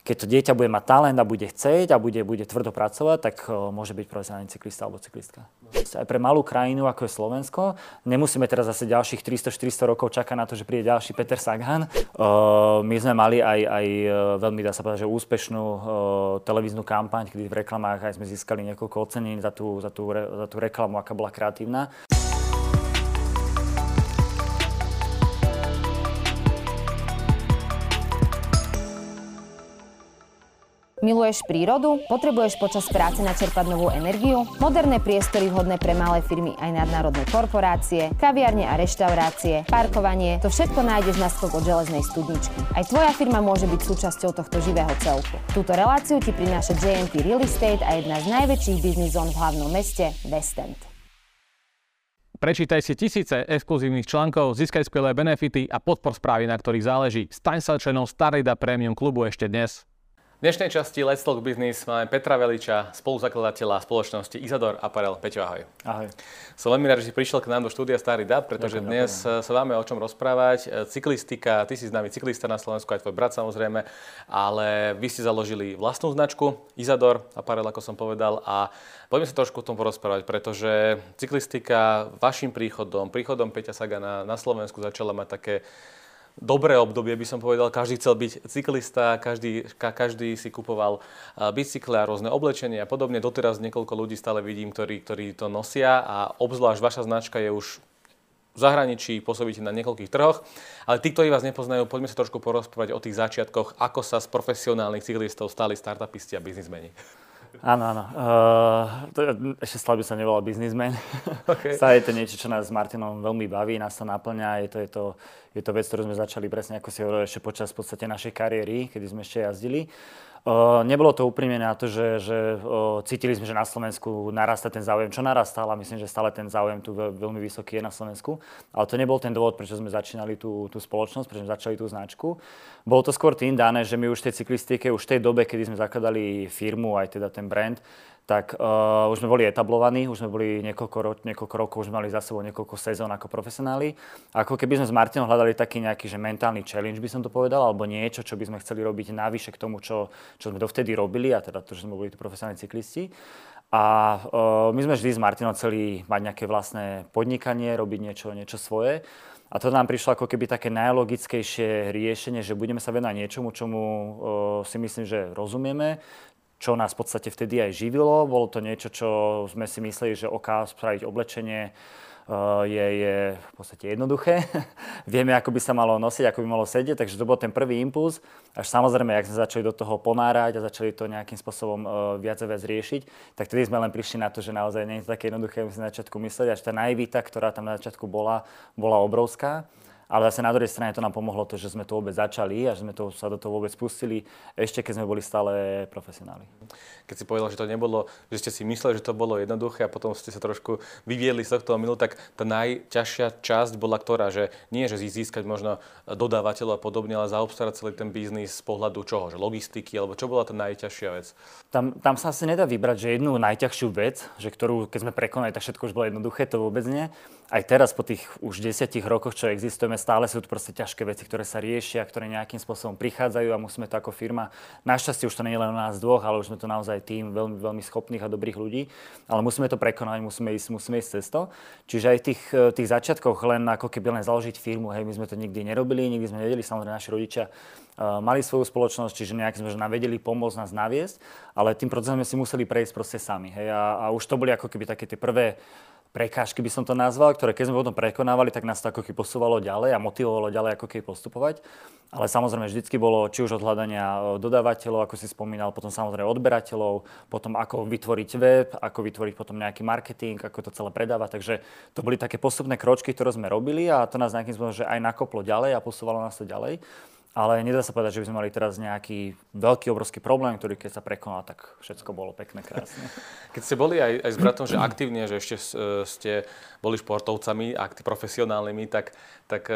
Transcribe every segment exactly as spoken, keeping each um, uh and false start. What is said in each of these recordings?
keď to dieťa bude mať talent a bude chcieť a bude, bude tvrdo pracovať, tak môže byť profesionálny cyklista alebo cyklistka. Aj pre malú krajinu, ako je Slovensko, nemusíme teraz zase ďalších tristo štyristo rokov čakať na to, že príde ďalší Peter Sagan. My sme mali aj, aj veľmi, dá sa povedať, že úspešnú televíznu kampaň, kedy v reklamách aj sme získali niekoľko ocenení za tú, za tú, za tú reklamu, aká bola kreatívna. Miluješ prírodu? Potrebuješ počas práce načerpať novú energiu? Moderné priestory vhodné pre malé firmy aj nadnárodné korporácie, kaviarne a reštaurácie, parkovanie, to všetko nájdeš na skok od železnej studničky. Aj tvoja firma môže byť súčasťou tohto živého celku. Túto reláciu ti prináša jé em té Real Estate a jedna z najväčších biznis zón v hlavnom meste West End. Prečítaj si tisíce exkluzívnych článkov, získaj skvelé benefity a podpor správy, na ktorých záleží. Staň sa členom StarRida Premium klubu ešte dnes. V dnešnej časti Let's Talk Business máme Petra Veliča, spoluzakladateľa spoločnosti Isador Apparel. Peťo, ahoj. Ahoj. Som veľmi rád, že si prišiel k nám do štúdia StarRida, pretože ďakujem, dnes ďakujem. Sa máme o čom rozprávať. Cyklistika, ty si známy cyklista na Slovensku, aj tvoj brat samozrejme, ale vy ste založili vlastnú značku Isador Apparel, ako som povedal, a poďme sa trošku o tom porozprávať, pretože cyklistika vašim príchodom, príchodom Peťa Sagana na Slovensku začala mať také dobré obdobie, by som povedal. Každý chcel byť cyklista, každý, ka, každý si kupoval bicykle a rôzne oblečenie a podobne. Doteraz niekoľko ľudí stále vidím, ktorí, ktorí to nosia a obzvlášť vaša značka je už v zahraničí, pôsobíte na niekoľkých trhoch. Ale tí, ktorí vás nepoznajú, poďme sa trošku porozprávať o tých začiatkoch, ako sa z profesionálnych cyklistov stali startupisti a biznismeni. Áno, áno. Uh, ešte stále by sa nevolal biznismen. Okay. Stále je to niečo, čo nás s Martinom veľmi baví, nás to naplňa. Je to, je to, je to vec, ktorú sme začali presne, ako si hovoril, ešte počas v podstate našej kariéry, kedy sme ešte jazdili. Uh, nebolo to úprimne na to, že, že uh, cítili sme, že na Slovensku narastá ten záujem, čo narastal, a myslím, že stále ten záujem tu veľ, veľmi vysoký je na Slovensku. Ale to nebol ten dôvod, prečo sme začínali tú, tú spoločnosť, prečo sme začali tú značku. Bolo to skôr tým dané, že my už v tej cyklistike, už v tej dobe, kedy sme zakladali firmu, aj teda ten brand, tak uh, už sme boli etablovaní, už sme boli niekoľko, ro- niekoľko rokov, už sme mali za sebou niekoľko sezón ako profesionáli. A ako keby sme s Martinom hľadali taký nejaký že mentálny challenge, by som to povedal, alebo niečo, čo by sme chceli robiť navyše k tomu, čo, čo sme dovtedy robili, a teda to, že sme boli profesionálni cyklisti. A uh, my sme vždy s Martinom chceli mať nejaké vlastné podnikanie, robiť niečo, niečo svoje. A to nám prišlo ako keby také najlogickejšie riešenie, že budeme sa venovať niečomu, čomu uh, si myslím, že rozumieme, čo nás v podstate vtedy aj živilo. Bolo to niečo, čo sme si mysleli, že OK, spraviť oblečenie uh, je, je v podstate jednoduché. Vieme, ako by sa malo nosiť, ako by malo sedieť, takže to bol ten prvý impuls. Až samozrejme, jak sme začali do toho ponárať a začali to nejakým spôsobom uh, viac a viac riešiť, tak vtedy sme len prišli na to, že naozaj nie je to také jednoduché, ako si na začiatku mysleli. Až tá naivita, ktorá tam na začiatku bola, bola obrovská. Ale zase na druhej strane to nám pomohlo to, že sme to vôbec začali a že sme to, sa do toho vôbec pustili, ešte keď sme boli stále profesionáli. Keď si povedal, že to nebolo, že ste si mysleli, že to bolo jednoduché a potom ste sa trošku vyviedli z tohto omylu, tak tá najťažšia časť bola ktorá? Že nie, že získať možno dodávateľov a podobne, ale zaobstarať celý ten biznis z pohľadu čoho? Že logistiky, alebo čo bola tá najťažšia vec? Tam, tam sa asi nedá vybrať, že jednu najťažšiu vec, že ktorú keď sme prekonali, tak všetko už bolo jednoduché, to vôbec nie. Aj teraz po tých už desiatich rokoch, čo existujeme, stále sú tu proste ťažké veci, ktoré sa riešia, ktoré nejakým spôsobom prichádzajú a musíme to ako firma. Našťastie už to nie je len o nás dvoch, ale už sme to naozaj tým veľmi, veľmi schopných a dobrých ľudí. Ale musíme to prekonať, musíme ísť, musíme ísť cesto. Čiže aj v tých, tých začiatkoch len ako keby len založiť firmu, hej, my sme to nikdy nerobili, nikdy sme nevedeli, samozrejme naši rodičia uh, mali svoju spoločnosť, čiže nejak sme nám vedeli pomôcť nás naviesť, ale tým procesom sme si museli prejsť proste sami, hej, a, a už to boli ako keby také tie prvé prekážky, by som to nazval, ktoré keď sme potom prekonávali, tak nás to ako keby posúvalo ďalej a motivovalo ďalej ako keby postupovať. Ale samozrejme vždycky bolo či už od hľadania dodávateľov, ako si spomínal, potom samozrejme odberateľov, potom ako vytvoriť web, ako vytvoriť potom nejaký marketing, ako to celé predávať. Takže to boli také postupné kročky, ktoré sme robili a to nás nejakým spôsobom že aj nakoplo ďalej a posúvalo nás to ďalej. Ale nedá sa povedať, že by sme mali teraz nejaký veľký, obrovský problém, ktorý keď sa prekonal, tak všetko bolo pekné, krásne. Keď ste boli aj, aj s bratom, že aktívne, že ešte ste boli športovcami, akty profesionálnymi, tak, tak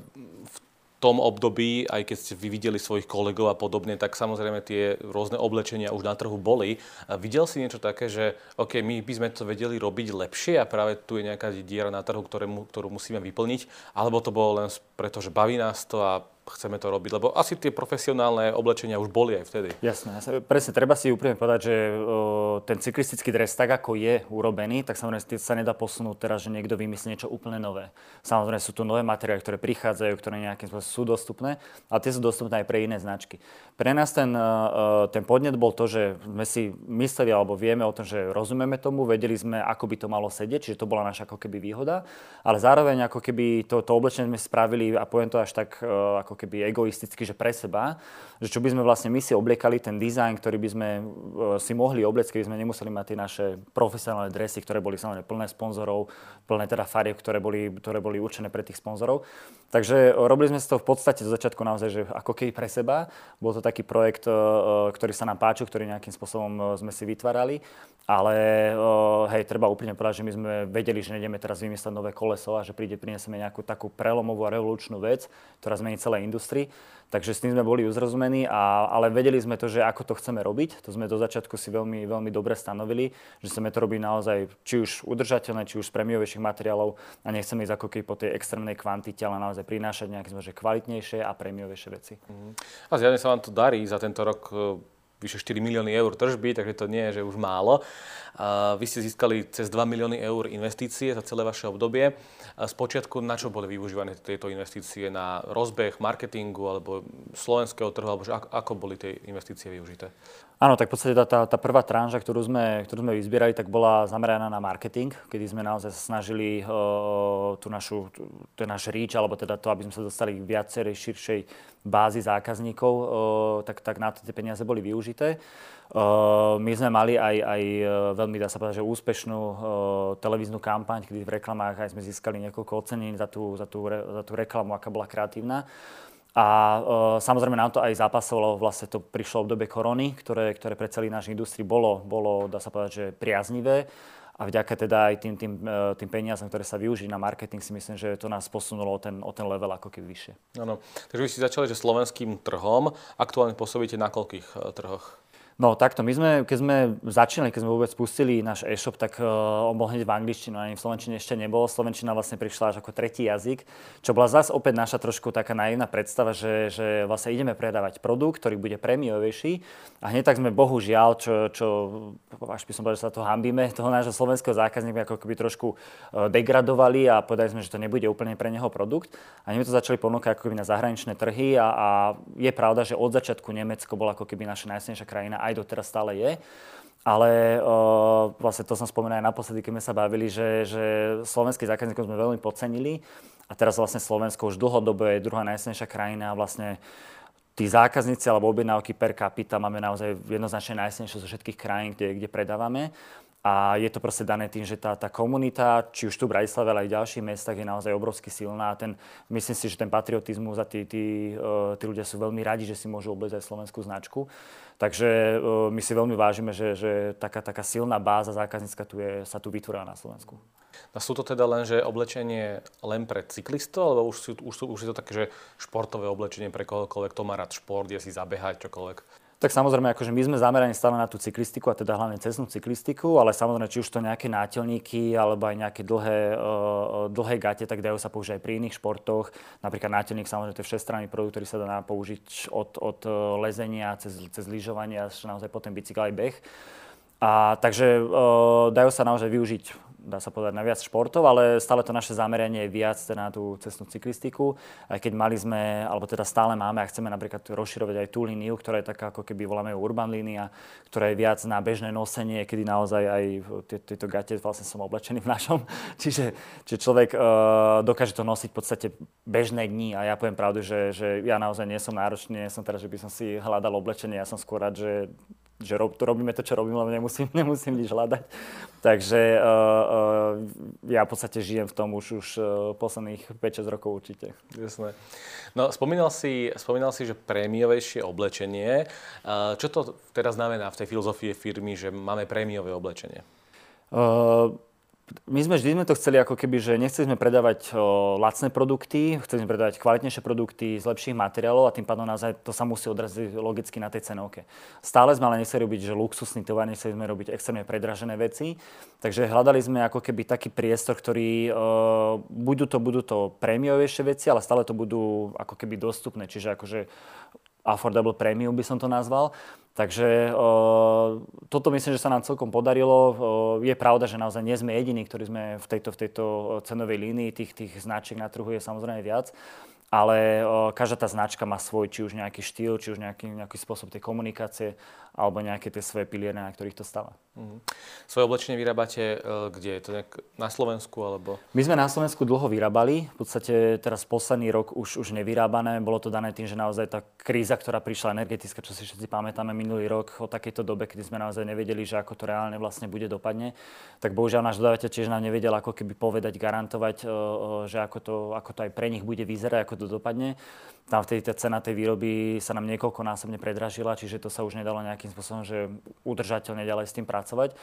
v tom období, aj keď ste vy videli svojich kolegov a podobne, tak samozrejme tie rôzne oblečenia už na trhu boli. A videl si niečo také, že OK, my by sme to vedeli robiť lepšie a práve tu je nejaká diera na trhu, ktorú, ktorú musíme vyplniť, alebo to bolo len preto, že baví nás to a chceme to robiť? Lebo asi tie profesionálne oblečenia už boli aj vtedy. Jasné, presne, treba si úprimne povedať, že o, ten cyklistický dres, tak ako je urobený, tak samozrejme sa nedá posunúť teraz, že niekto vymyslí niečo úplne nové. Samozrejme sú tu nové materiály, ktoré prichádzajú, ktoré nejakým spôsobom sú dostupné, ale tie sú dostupné aj pre iné značky. Pre nás ten, ten podnet bol to, že sme si mysleli alebo vieme o tom, že rozumieme tomu, vedeli sme, ako by to malo sedieť, čiže to bola naša ako keby výhoda, ale zároveň ako keby to, to oblečenie sme spravili, a poviem to až tak ako keby egoisticky, že pre seba, že čo by sme vlastne my si obliekali, ten dizajn, ktorý by sme si mohli obliecť, keby sme nemuseli mať tie naše profesionálne dresy, ktoré boli samozrejme plné sponzorov, plné teda farieb, ktoré boli, ktoré boli určené pre tých sponzorov. Takže robili sme si to v podstate zo začiatku naozaj, že ako keby pre seba. Bol to taký projekt, ktorý sa nám páčil, ktorý nejakým spôsobom sme si vytvárali. Ale hej, treba úplne povedať, že my sme vedeli, že nejdeme teraz vymysleť nové koleso a že príde, prinesieme nejakú takú prelomovú a revolučnú vec, ktorá zmení celé industrii. Takže s tým sme boli uzrozumení, a, ale vedeli sme to, že ako to chceme robiť. To sme do začiatku si veľmi, veľmi dobre stanovili, že chceme to robiť naozaj či už udržateľné, či už z prémiovejších materiálov, a nechceme ísť ako keby po tej extrémnej kvantite, ale naozaj prinášať nejaké kvalitnejšie a prémiovejšie veci. Mm. A zjavne sa vám to darí za tento rok. Vyše štyri milióny eur tržby, takže to nie je, že už málo. Vy ste získali cez dva milióny eur investície za celé vaše obdobie. Spočiatku na čo boli využívané tieto investície? Na rozbeh, marketingu alebo slovenského trhu? Alebo že ako, ako boli tie investície využité? Áno, tak v podstate tá, tá, tá prvá tranža, ktorú sme, ktorú sme vyzbierali, tak bola zameraná na marketing, kedy sme naozaj sa snažili uh, tú našu, tú, ten náš reach, alebo teda to, aby sme sa dostali k viacerej, širšej bázi zákazníkov, uh, tak, tak na to tie peniaze boli využité. Uh, my sme mali aj, aj veľmi, dá sa povedať, že úspešnú uh, televíznu kampaň, kedy v reklamách aj sme získali niekoľko ocenení za tú, za tú, za tú reklamu, aká bola kreatívna. A e, samozrejme nám to aj zápasovalo, vlastne to prišlo v dobe korony, ktoré, ktoré pre celý náš industrii bolo, bolo, dá sa povedať, že priaznivé. A vďaka teda aj tým, tým, tým peniazom, ktoré sa využijú na marketing, si myslím, že to nás posunulo o ten, o ten level ako keby vyššie. Áno. Takže vy ste začali, že slovenským trhom. Aktuálne pôsobíte na koľkých trhoch? No takto, my sme, keď sme začínali, keď sme vôbec spustili náš e-shop, tak uh, on bol hneď v angličtine, ani v slovenčine ešte nebol. Slovenčina vlastne prišla až ako tretí jazyk, čo bola zase opäť naša trošku taká naivná predstava, že, že vlastne ideme predávať produkt, ktorý bude prémiovejší. A hneď tak sme bohužiaľ, čo, čo až by som povedal, že sa to hanbíme, toho nášho slovenského zákazníka ako keby trošku uh, degradovali a povedali sme, že to nebude úplne pre neho produkt. A my to začali ponúkať ako keby na zahraničné trhy, a, a je pravda, že od začiatku Nemecko bola ako keby naša najsilnejšia krajina, aj doteraz stále je. Ale uh, vlastne to som spomínal aj naposledy, keď sme sa bavili, že, že slovenských zákazníkov sme veľmi podcenili, a teraz vlastne Slovensko už dlhodobo je druhá najsilnejšia krajina, a vlastne tí zákazníci alebo objednávky per capita máme naozaj jednoznačne najsilnejšie zo všetkých krajín, kde, kde predávame. A je to proste dané tým, že tá, tá komunita, či už tu v Bratislave, ale aj v ďalších mestách, je naozaj obrovsky silná. A ten, myslím si, že ten patriotizmus a tí, tí, tí ľudia sú veľmi radi, že si môžu obliecť aj slovenskú značku. Takže my si veľmi vážime, že, že taká, taká silná báza zákaznícka tu je, sa tu vytvorila na Slovensku. A sú to teda len, že oblečenie len pre cyklistov, alebo už, sú, už, sú, už je to také, že športové oblečenie pre kohokoľvek, kto má rád šport, je si zabehať, čokoľvek? Tak samozrejme, akože my sme zameraní stále na tú cyklistiku, a teda hlavne cestnú cyklistiku, ale samozrejme, či už to nejaké náteľníky alebo aj nejaké dlhé, uh, dlhé gate, tak dajú sa použiť aj pri iných športoch. Napríklad náteľník, samozrejme, to je všestranný produkt, ktorý sa dá použiť od, od lezenia cez, cez lyžovanie až naozaj potom bicykel aj beh. A takže uh, dajú sa naozaj využiť, dá sa povedať, na viac športov, ale stále to naše zameranie je viac na tú cestnú cyklistiku. Aj keď mali sme, alebo teda stále máme a chceme napríklad rozširovať aj tú líniu, ktorá je taká, ako keby voláme ju urban línia, ktorá je viac na bežné nosenie, kedy naozaj aj tieto gate vlastne som oblečený v našom. Čiže, čiže človek uh, dokáže to nosiť v podstate bežné dni, a ja poviem pravdu, že, že ja naozaj nie som náročný, nie som teraz, že by som si hľadal oblečenie, ja som skôr rád, že že rob, to robíme to, čo robím, lebo nemusím, nemusím nič hľadať. Takže uh, uh, ja v podstate žijem v tom už, už uh, posledných päť šesť rokov určite. Jasné. No, spomínal si, spomínal si, že prémiovejšie oblečenie. Uh, čo to teda znamená v tej filozofii firmy, že máme prémiové oblečenie? Uh, My sme vždy sme to chceli ako keby, že nechceli sme predávať o, lacné produkty, chceli sme predávať kvalitnejšie produkty z lepších materiálov a tým pádom naozaj to sa musí odraziť logicky na tej cenovke. Stále sme ale nechceli robiť, že luxusný tovar, nechceli sme robiť extrémne predražené veci, takže hľadali sme ako keby taký priestor, ktorý o, budú to, budú to prémiovejšie veci, ale stále to budú ako keby dostupné, čiže akože affordable premium by som to nazval. Takže o, toto myslím, že sa nám celkom podarilo. O, je pravda, že naozaj nie sme jediní, ktorí sme v tejto, v tejto cenovej línii. Tých, tých značiek na trhu je samozrejme viac. Ale o, každá tá značka má svoj, či už nejaký štýl, či už nejaký, nejaký spôsob tej komunikácie, alebo nejaké tie svoje piliere, na ktorých to stáva. Mm. Svoje oblečenie vyrábate kde? Je to nejak na Slovensku? Alebo... My sme na Slovensku dlho vyrábali. V podstate teraz posledný rok už, už nevyrábané. Bolo to dané tým, že naozaj tá kríza, ktorá prišla energetická, čo si všetci pamätáme minulý rok, o takejto dobe, kedy sme naozaj nevedeli, že ako to reálne vlastne bude dopadne, tak bohužiaľ náš dodávateľ tiež nám nevedel ako keby povedať, garantovať, že ako to, ako to aj pre nich bude vyzerať, ako to dopadne. Tam vtedy tá cena tej výroby sa nám niekoľkonásobne predražila, čiže to sa už nedalo nejakým spôsobom, že udržateľne ďalej s tým pracovať.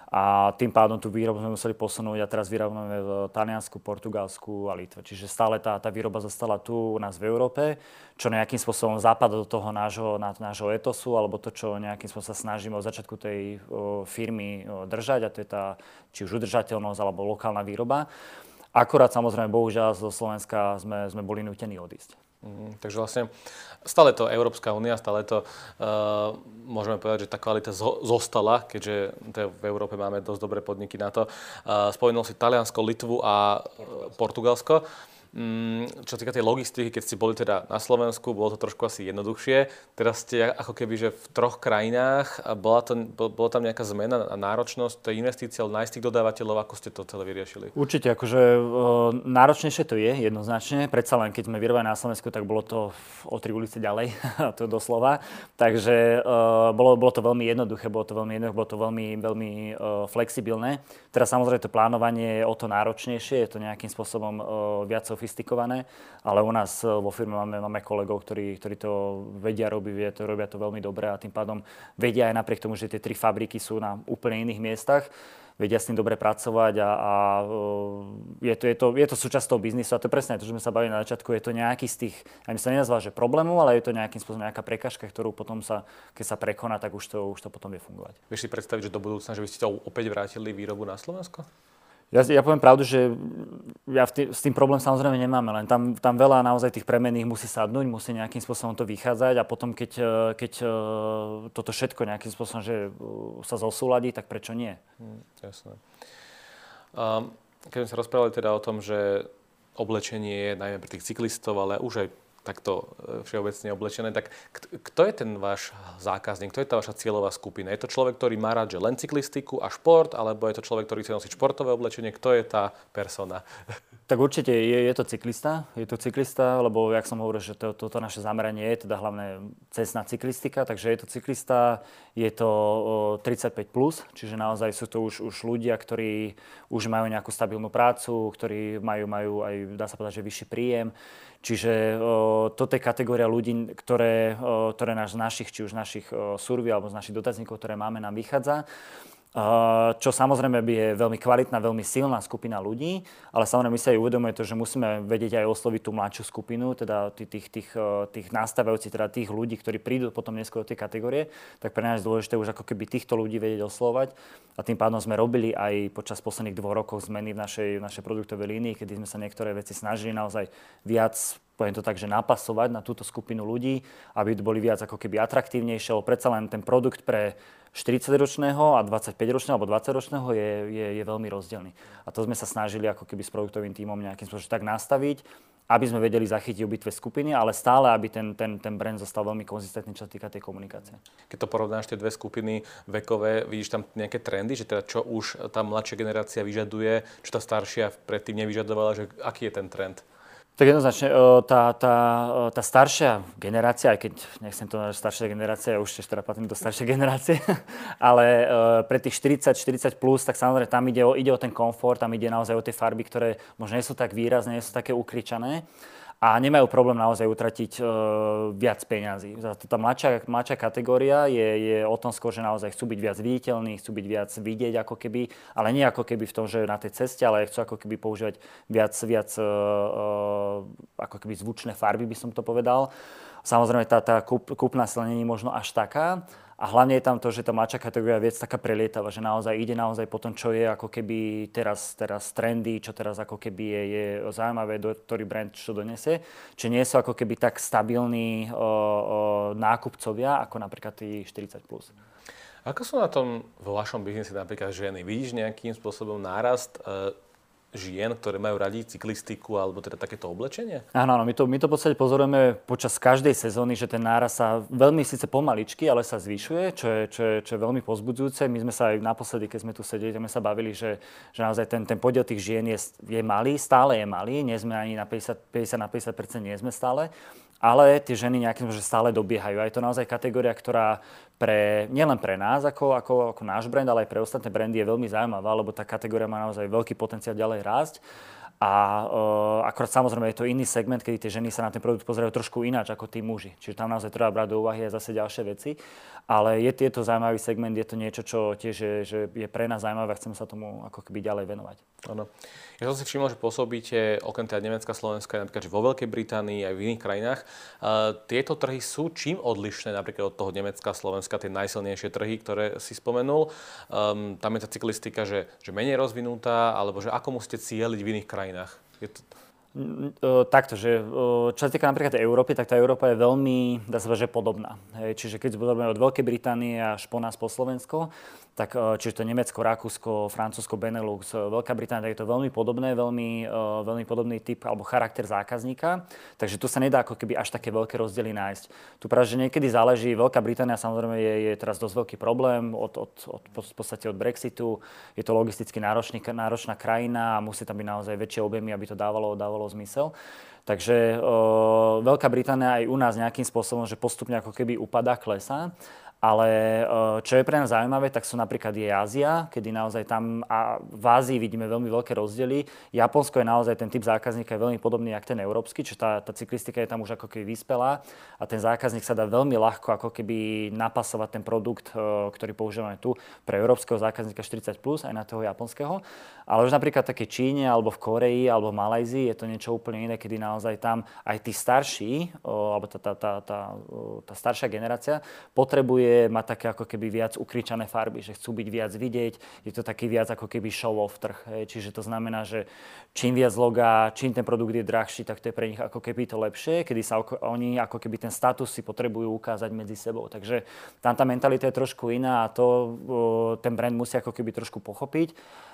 A tým pádom tú výrobu sme museli posunúť a teraz vyrábame v Taliansku, Portugalsku a Litve. Čiže stále tá, tá výroba zostala tu u nás v Európe, čo nejakým spôsobom zapadá do toho nášho, nášho etosu, alebo to, čo nejakým spôsobom sa snažíme od začiatku tej o, firmy o, držať, a to je tá či už udržateľnosť alebo lokálna výroba. Akurát samozrejme, bohužiaľ zo Slovenska sme, sme boli nútení odísť. Mm, takže vlastne stále to Európska únia, stále to, uh, môžeme povedať, že tá kvalita zo, zostala, keďže v Európe máme dosť dobré podniky na to. Uh, spomenul si Taliansko, Litvu a uh, Portugalsko. Mm, čo týka tej logistiky, keď ste boli teda na Slovensku, bolo to trošku asi jednoduchšie. Teraz ste ako keby, že v troch krajinách a bola, to, bola tam nejaká zmena a náročnosť tej investície, ale nájsť tých dodávateľov, ako ste to celé vyriešili? Určite, akože e, náročnejšie to je, jednoznačne. Predsa len, keď sme vyrábali na Slovensku, tak bolo to o tri ulice ďalej, to doslova. Takže e, bolo, bolo to veľmi jednoduché, bolo to veľmi jednoduché, bolo to veľmi, veľmi e, flexibilné. Teraz samozrejme to plánovanie je o to náročnejšie, je to nejakým spôsobom e, viac sofistikované, ale u nás vo firme máme, máme kolegov, ktorí, ktorí to vedia robiť, to robia to veľmi dobre a tým pádom vedia aj napriek tomu, že tie tri fabriky sú na úplne iných miestach, vedia s tým dobre pracovať a, a je, to, je, to, je to súčasť toho biznisu a to je presne to, čo sme sa bavili na začiatku, je to nejaký z tých, ani sa nenazval, že problémov, ale je to nejakým spôsobom nejaká prekažka, ktorú potom sa, keď sa prekoná, tak už to, už to potom vie fungovať. Vieš si predstaviť, že do budúcna, že by ste to opäť vrátili výrobu na Slovensko? Ja, ja poviem pravdu, že ja tý, s tým problém samozrejme nemáme, len tam, tam veľa naozaj tých premenných musí sadnúť, musí nejakým spôsobom to vychádzať a potom, keď, keď toto všetko nejakým spôsobom že sa zosúladí, tak prečo nie? Hmm, jasné. Um, keď sme sa rozprávali teda o tom, že oblečenie je najmä pre tých cyklistov, ale už aj takto všeobecne oblečené, tak kto je ten váš zákazník, kto je tá vaša cieľová skupina? Je to človek, ktorý má rád že len cyklistiku a šport, alebo je to človek, ktorý chce nosiť športové oblečenie? Kto je tá persona? Tak určite je, je to cyklista, je to cyklista, lebo jak som hovoril, že to, toto naše zameranie je teda hlavne cestná cyklistika, takže je to cyklista, je to tridsaťpäť plus, čiže naozaj sú to už, už ľudia, ktorí už majú nejakú stabilnú prácu, ktorí majú, majú aj, dá sa povedať, že vyšší príjem. Čiže o, toto je kategória ľudí, ktoré, o, ktoré náš, našich, či už našich o, survey alebo z našich dotazníkov, ktoré máme, nám vychádza. Uh, čo samozrejme je veľmi kvalitná, veľmi silná skupina ľudí, ale samozrejme my si aj uvedomujeme to, že musíme vedieť aj osloviť tú mladšiu skupinu, teda tých, tých, tých nastávajúcich, teda tých ľudí, ktorí prídu potom neskôr do tej kategórie, tak pre nás je dôležité už ako keby týchto ľudí vedieť oslovať a tým pádom sme robili aj počas posledných dvoch rokov zmeny v našej, v našej produktovej línii, kedy sme sa niektoré veci snažili naozaj viac, poviem to tak, že napasovať na túto skupinu ľudí, aby boli viac ako keby atraktívnejšie, lebo predsa len ten produkt pre štyridsaťročného a dvadsaťpäťročného alebo dvadsaťročného je, je, je veľmi rozdielny. A to sme sa snažili ako keby s produktovým tímom nejakým spôsobom tak nastaviť, aby sme vedeli zachytiť obidve skupiny, ale stále, aby ten, ten, ten brand zostal veľmi konzistentný, čo sa týka tej komunikácie. Keď to porovnáš tie dve skupiny vekové, vidíš tam nejaké trendy, že teda čo už tá mladšia generácia vyžaduje, čo tá staršia predtým nevyžadovala, že aký je ten trend? Tak jednoznačne, tá, tá, tá staršia generácia, aj keď nechcem to nazvať staršia generácia, ja už tiež teda patrím do staršej generácie, ale pre tých štyridsať štyridsať plus, tak samozrejme tam ide o, ide o ten komfort, tam ide naozaj o tie farby, ktoré možno nie sú tak výrazné, nie sú také ukričané. a nemajú problém naozaj utratiť uh, viac peňazí. Tá mladšia, mladšia kategória je, je o tom skôr, že naozaj chcú byť viac viditeľní, chcú byť viac vidieť ako keby, ale nie ako keby v tom, že na tej ceste, ale chcú ako keby používať viac, viac uh, uh, ako keby zvučné farby, by som to povedal. Samozrejme, tá, tá kúp, kúpna sila nie je možno až taká. A hlavne je tam to, že tá mladšia kategória je viac taká prelietavá, že naozaj ide naozaj po tom, čo je ako keby teraz, teraz trendy, čo teraz ako keby je, je zaujímavé, do, ktorý brand čo donesie. Čiže nie sú ako keby tak stabilní o, o, nákupcovia, ako napríklad tí štyridsať plus. Ako sú na tom vo vašom biznise napríklad ženy? Vidíš nejakým spôsobom nárast e, žien, ktoré majú radi cyklistiku alebo teda takéto oblečenie? Áno, áno, my to, my to v podstate pozorujeme počas každej sezóny, že ten náraz sa veľmi síce pomaličky, ale sa zvyšuje, čo je, čo je, čo je veľmi povzbudzujúce. My sme sa aj naposledy, keď sme tu sedeli, sme sa bavili, že, že naozaj ten, ten podiel tých žien je, je malý, stále je malý, nie sme ani na päťdesiat, päťdesiat na päťdesiat percent nie sme stále. Ale tie ženy nejakým že stále dobiehajú. A je to naozaj kategória, ktorá pre, nielen pre nás ako, ako, ako náš brand, ale aj pre ostatné brandy je veľmi zaujímavá, lebo tá kategória má naozaj veľký potenciál ďalej rásť. A uh, akorát samozrejme je to iný segment, kedy tie ženy sa na ten produkt pozerajú trošku ináč ako tí muži. Čiže tam naozaj treba brať do úvahy aj zase ďalšie veci. Ale je, je to zaujímavý segment, je to niečo, čo tiež je, že je pre nás zaujímavé a chceme sa tomu ako keby ďalej venovať. Áno. Ja som si všimol, že pôsobíte okrem teda Nemecka, Slovenska, napríklad že vo Veľkej Británii aj v iných krajinách. Uh, tieto trhy sú čím odlišné napríklad od toho Nemecka, Slovenska, tie najsilnejšie trhy, ktoré si spomenul. Um, tam je tá cyklistika, že, že menej rozvinutá, alebo že ako musíte cieliť v iných krajinách? Je to... Takto, že čo sa týka napríklad Európy, tak tá Európa je veľmi, dá sa povedať, že podobná. Hej, čiže keď zbudujeme od Veľkej Británie až po nás po Slovensko, tak čiže to Nemecko, Rakúsko, Francúzsko, Benelux, Veľká Británia, tak je to veľmi podobné, veľmi, veľmi podobný typ alebo charakter zákazníka. Takže tu sa nedá ako keby až také veľké rozdiely nájsť. Tu práve, že niekedy záleží, Veľká Británia samozrejme je, je teraz dosť veľký problém od, od, od, v podstate od Brexitu. Je to logisticky náročný, náročná krajina a musí tam byť naozaj väčšie objemy, aby to dávalo, dávalo zmysel. Takže o, Veľká Británia aj u nás nejakým spôsobom, že postupne ako keby upadá, klesá. Ale čo je pre nás zaujímavé, tak sú napríklad je Ázia, kedy naozaj tam a v Ázii vidíme veľmi veľké rozdiely. Japonsko je naozaj ten typ zákazníka je veľmi podobný ako ten európsky, čiže tá, tá cyklistika je tam už ako keby vyspelá a ten zákazník sa dá veľmi ľahko ako keby napasovať ten produkt, ktorý používame tu pre európskeho zákazníka štyridsať plus, aj na toho japonského. Ale už napríklad také Číne, alebo v Koreji, alebo v Malajzii je to niečo úplne iné, kedy naozaj tam aj tí starší, alebo tá, tá, tá, tá, tá staršia generácia potrebuje mať také ako keby viac ukričané farby, že chcú byť viac vidieť, je to taký viac ako keby show-off trh. Hej. Čiže to znamená, že čím viac loga, čím ten produkt je drahší, tak to je pre nich ako keby to lepšie, kedy sa oni ako keby ten status si potrebujú ukázať medzi sebou. Takže tam tá mentalita je trošku iná a to ten brand musí ako keby trošku pochopiť.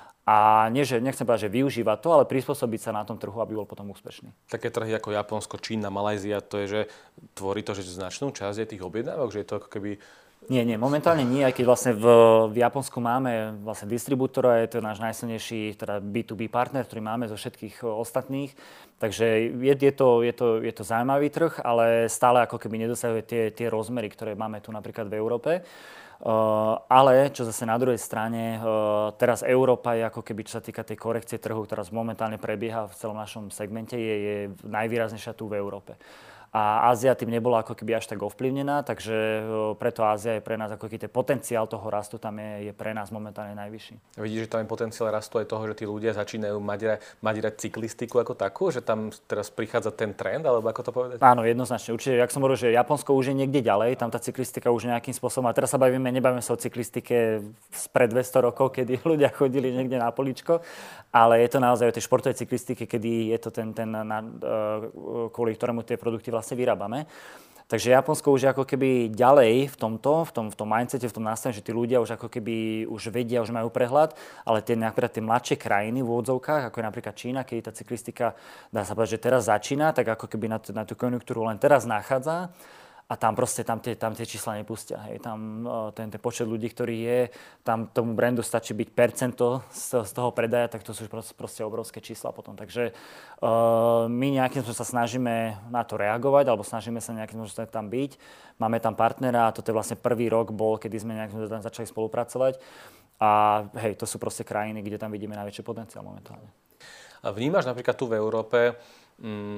A nie, že nechcem povedať, že využíva to, ale prispôsobiť sa na tom trhu, aby bol potom úspešný. Také trhy ako Japonsko, Čína, Malajzia, to je, že tvorí to, že značnú časť je tých objednávok, že je to ako keby... Nie, nie, momentálne nie, aj keď vlastne v, v Japonsku máme vlastne distribútora, je to náš najsilnejší teda bé dva bé partner, ktorý máme zo všetkých ostatných. Takže je, je, to, je, to, je to zaujímavý trh, ale stále ako keby nedosahuje tie, tie rozmery, ktoré máme tu napríklad v Európe. Uh, ale čo zase na druhej strane, uh, teraz Európa je ako keby, čo sa týka tej korekcie trhu, ktorá momentálne prebieha v celom našom segmente, je, je najvýraznejšia tu v Európe. A Ázia tým nebola ako keby až tak ovplyvnená, takže preto Ázia je pre nás ako keby ten potenciál toho rastu tam je, je pre nás momentálne najvyšší. Vidíš, že tam je potenciál rastu aj toho, že tí ľudia začínajú mať, mať cyklistiku ako takú, že tam teraz prichádza ten trend, alebo ako to povedať? Áno, jednoznačne. Určite, jak som hovoril, že Japonsko už je niekde ďalej, tam tá cyklistika už nejakým spôsobom, a teraz sa bavíme, nebavíme sa o cyklistike spred dvesto rokov, kedy ľudia chodili niekde na poličko, ale je to naozaj o tej športovej cyklistike, kedy je to ten, ten na, kvôli ktorému tie produkty vlastne vyrábame. Takže Japonsko už je ako keby ďalej v tomto, v tom, v tom mindsete, v tom nastavení, že tí ľudia už ako keby už vedia, už majú prehľad, ale tie, napríklad tie mladšie krajiny v úvodzovkách, ako je napríklad Čína, keď tá cyklistika, dá sa povedať, že teraz začína, tak ako keby na, t- na tú konjunktúru len teraz nachádza. A tam proste tam tie, tam tie čísla nepustia. Hej. Tam ten, ten počet ľudí, ktorý je, tam tomu brandu stačí byť percento z, z toho predaja, tak to sú proste, proste obrovské čísla potom. Takže uh, my nejakým spôsobom sa snažíme na to reagovať, alebo snažíme sa nejakým spôsobom tam byť. Máme tam partnera a toto je vlastne prvý rok bol, kedy sme nejakým spôsobom začali spolupracovať. A hej, to sú proste krajiny, kde tam vidíme najväčší potenciál momentálne. A vnímaš napríklad tu v Európe, mm,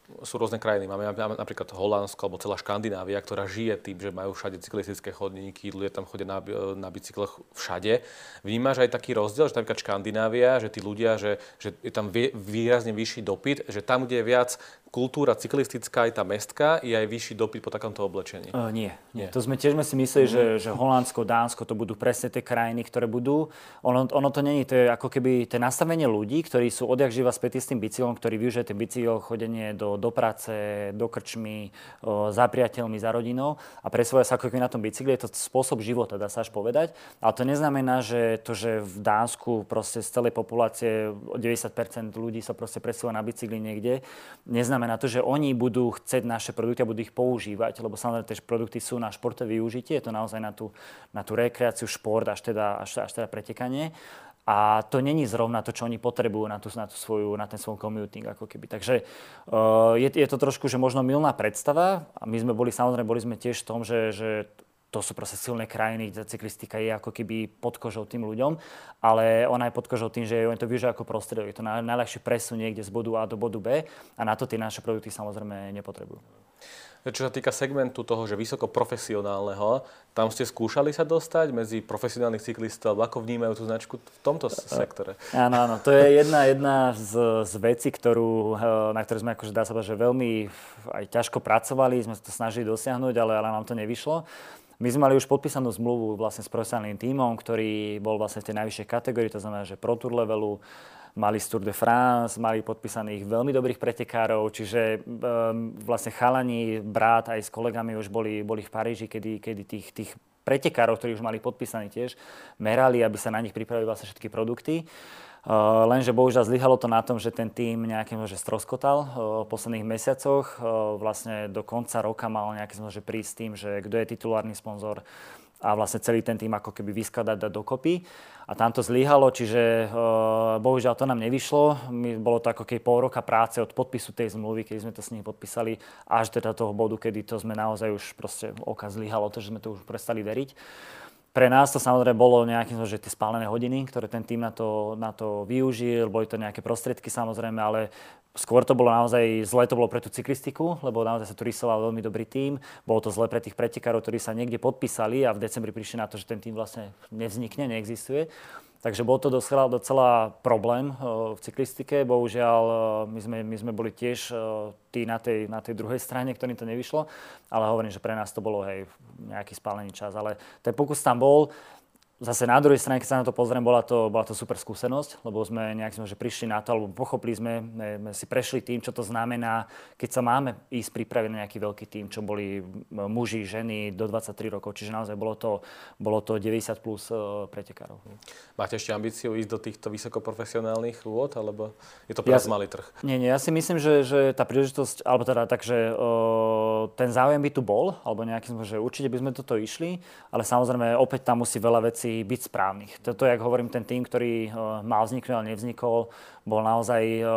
sú rôzne krajiny. Máme napríklad Holandsko alebo celá Škandinávia, ktorá žije tým, že majú všade cyklistické chodníky, ľudia tam chodia na, na bicykloch všade. Vnímaš aj taký rozdiel, že napríklad Škandinávia, že tí ľudia, že, že je tam výrazne vyšší dopyt, že tam, kde je viac kultúra cyklistická, aj tá mestská, je aj vyšší dopyt po takomto oblečení? Uh, nie, nie. To sme tiež sme si mysleli, mm-hmm. že, že Holandsko, Dánsko, to budú presne tie krajiny, ktoré budú. Ono, ono to není, to je ako keby tie nastavenie ľudí, ktorí sú odjak živa spätí s tým bicyklom, ktorí využijú ten bicykel, chodenie do, do práce, do krčmy, o, za priateľmi, za rodinou a presvoja sa ako keby na tom bicykli. Je to spôsob života, dá sa až povedať. Ale to neznamená, že to, že v Dánsku proste z celej populácie deväťdesiat percent ľudí sa proste presúva na bicykli niekde, neznamená na to, že oni budú chcieť naše produkty a budú ich používať, lebo samozrejme tie produkty sú na športové využitie, je to naozaj na tú, na tú rekreáciu, šport, až teda, až, až teda pretekanie. A to není zrovna to, čo oni potrebujú na, tú, na, tú svoju, na ten svoj commuting, ako keby. Takže uh, je, je to trošku, že možno mylná predstava a my sme boli, samozrejme, boli sme tiež v tom, že, že to sú proste silné krajiny, kde cyklistika je ako keby pod kožou tým ľuďom, ale ona je pod kožou tým, že oni to využívajú ako prostriedok. Je to najľahšie presun niekde z bodu A do bodu B a na to tie naše produkty samozrejme nepotrebujú. Čo sa týka segmentu toho, že vysoko profesionálneho, tam ste skúšali sa dostať medzi profesionálnych cyklistov, ako vnímajú tú značku v tomto sektore? Áno, áno, to je jedna, jedna z, z vecí, ktorú, na ktorú sme akože dá sa povedať, že veľmi aj ťažko pracovali, sme sa to snažili dosiahnuť, ale, ale nám to nevyšlo. My sme mali už podpísanú zmluvu vlastne s profesionálnym tímom, ktorý bol vlastne v tej najvyššej kategórii, to znamená, že Pro Tour levelu, mali z Tour de France, mali podpísaných veľmi dobrých pretekárov, čiže um, vlastne chalani, brat aj s kolegami už boli, boli v Paríži, kedy, kedy tých, tých pretekárov, ktorí už mali podpísaní tiež, merali, aby sa na nich pripravili vlastne všetky produkty. Uh, lenže bohužiaľ zlyhalo to na tom, že ten tím nejakým že stroskotal uh, v posledných mesiacoch. Uh, vlastne do konca roka mal nejakým že prísť tým, že kto je titulárny sponzor a vlastne celý ten tým ako keby vyskladať, dať dokopy. A tam to zlyhalo, čiže uh, bohužiaľ to nám nevyšlo. My, bolo to ako keby pol roka práce od podpisu tej zmluvy, keď sme to s nimi podpísali, až teda toho bodu, kedy to sme naozaj už proste oka zlyhalo, to, že sme to už prestali veriť. Pre nás to samozrejme bolo nejaké, že tie spálené hodiny, ktoré ten tým na to, na to využil, boli to nejaké prostriedky samozrejme, ale skôr to bolo naozaj zle, to bolo pre tú cyklistiku, lebo naozaj sa tu rysoval veľmi dobrý tím. Bolo to zle pre tých pretekárov, ktorí sa niekde podpísali a v decembri prišli na to, že ten tím vlastne nevznikne, neexistuje. Takže bol to docela, docela problém uh, v cyklistike. Bohužiaľ, uh, my, sme, my sme boli tiež uh, tí na tej, na tej druhej strane, ktorým to nevyšlo. Ale hovorím, že pre nás to bolo hej, nejaký spálený čas. Ale ten pokus tam bol. Zase na druhej strane, keď sa na to pozriem, bola to, bola to super skúsenosť, lebo sme nejak sme, že prišli na to, alebo pochopili sme, sme si prešli tým, čo to znamená, keď sa máme ísť pripraviť na nejaký veľký tým, čo boli muži, ženy do dvadsaťtri rokov. Čiže naozaj bolo to, bolo to deväťdesiat plus pretekárov. Máte ešte ambíciu ísť do týchto vysokoprofesionálnych vôd, alebo je to pre vás ja, malý trh? Nie, nie, ja si myslím, že, že tá príležitosť, alebo teda tak, že o, ten záujem by tu bol, alebo nejakým, že určite by sme toto išli, ale samozrejme opäť tam musí veľa vecí byť správnych. Toto, jak hovorím, ten tým, ktorý uh, mal vzniknúť, ale nevznikol, bol naozaj uh, uh,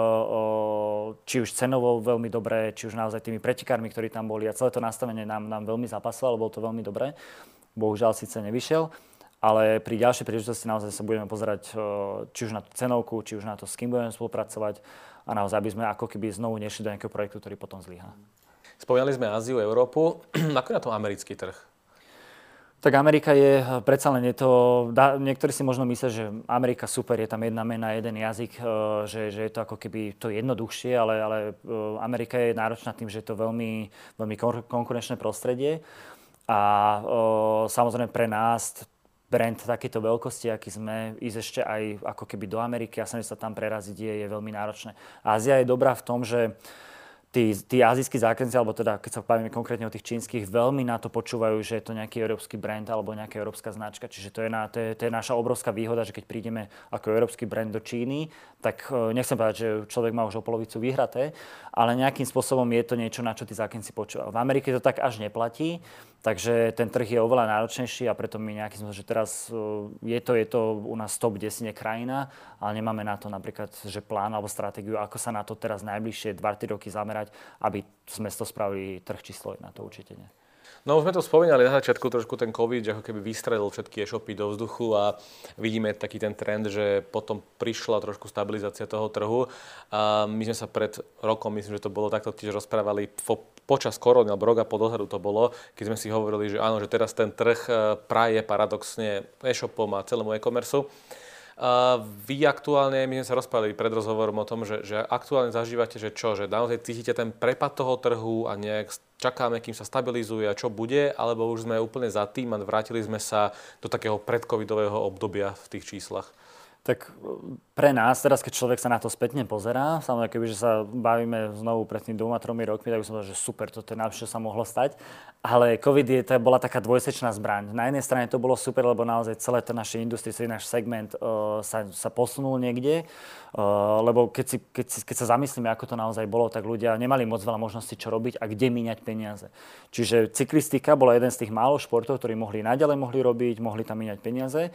či už cenovo veľmi dobré, či už naozaj tými pretekármi, ktorí tam boli a celé to nastavenie nám, nám veľmi zapasovalo, bolo to veľmi dobré. Bohužiaľ síce nevyšiel, ale pri ďalšej príležitosti naozaj sa budeme pozerať uh, či už na tú cenovku, či už na to, s kým budeme spolupracovať a naozaj, aby sme ako keby znovu nešli do nejakého projektu, ktorý potom zlyhá. Spomínali sme Áziu, Európu. Ako je na to americký trh? Tak Amerika je, predsa len je to, dá, niektorí si možno myslia, že Amerika super, je tam jedna mena, jeden jazyk, že, že je to ako keby to jednoduchšie, ale, ale Amerika je náročná tým, že je to veľmi, veľmi konkurenčné prostredie a o, samozrejme pre nás brand takéto veľkosti, aký sme, ísť ešte aj ako keby do Ameriky a snažiť sa tam preraziť je, je veľmi náročné. Ázia je dobrá v tom, že Tí, tí azijskí zákazníci, alebo teda keď sa bavíme konkrétne o tých čínskych, veľmi na to počúvajú, že je to nejaký európsky brand alebo nejaká európska značka. Čiže to je, na, to, je, to je naša obrovská výhoda, že keď prídeme ako európsky brand do Číny, tak nechcem povedať, že človek má už o polovicu vyhraté, ale nejakým spôsobom je to niečo, na čo tí zákazníci počúvajú. V Amerike to tak až neplatí, takže ten trh je oveľa náročnejší a preto my nejakým spôsobom, že teraz je to, je to u nás top desať krajina, ale nemáme na to napríklad, že plán alebo stratégiu, ako sa na to teraz najbližšie dva tri roky zamerať, aby sme to spravili trh číslo jedna, to určite nie. No už sme to spomínali na začiatku trošku ten COVID, že ako keby vystrelil všetky e-shopy do vzduchu a vidíme taký ten trend, že potom prišla trošku stabilizácia toho trhu. A my sme sa pred rokom, myslím, že to bolo takto tiež rozprávali po, počas korony, alebo rok a pol dozadu to bolo, keď sme si hovorili, že áno, že teraz ten trh praje paradoxne e-shopom a celému e-commerceu. Uh, vy aktuálne, my sme sa rozprávali pred rozhovorom o tom, že, že aktuálne zažívate, že čo, že naozaj cítite ten prepad toho trhu a nejak čakáme, kým sa stabilizuje a čo bude, alebo už sme úplne za tým a vrátili sme sa do takého predcovidového obdobia v tých číslach? Tak pre nás, teraz keď človek sa na to spätne pozerá, samozrejme, kebyže sa bavíme znovu pred tým dvoma, tromi rokmi, tak by som povedal, že super, toto je najlepšie, čo sa mohlo stať. Ale COVID je, to bola taká dvojsečná zbraň. Na jednej strane to bolo super, lebo naozaj celé to naše industrie, celý náš segment uh, sa, sa posunul niekde. Uh, lebo keď, si, keď, si, keď sa zamyslíme, ako to naozaj bolo, tak ľudia nemali moc veľa možností, čo robiť a kde míňať peniaze. Čiže cyklistika bola jeden z tých málo športov, ktorí mohli naďalej mohli robiť, mohli tam míňať peniaze.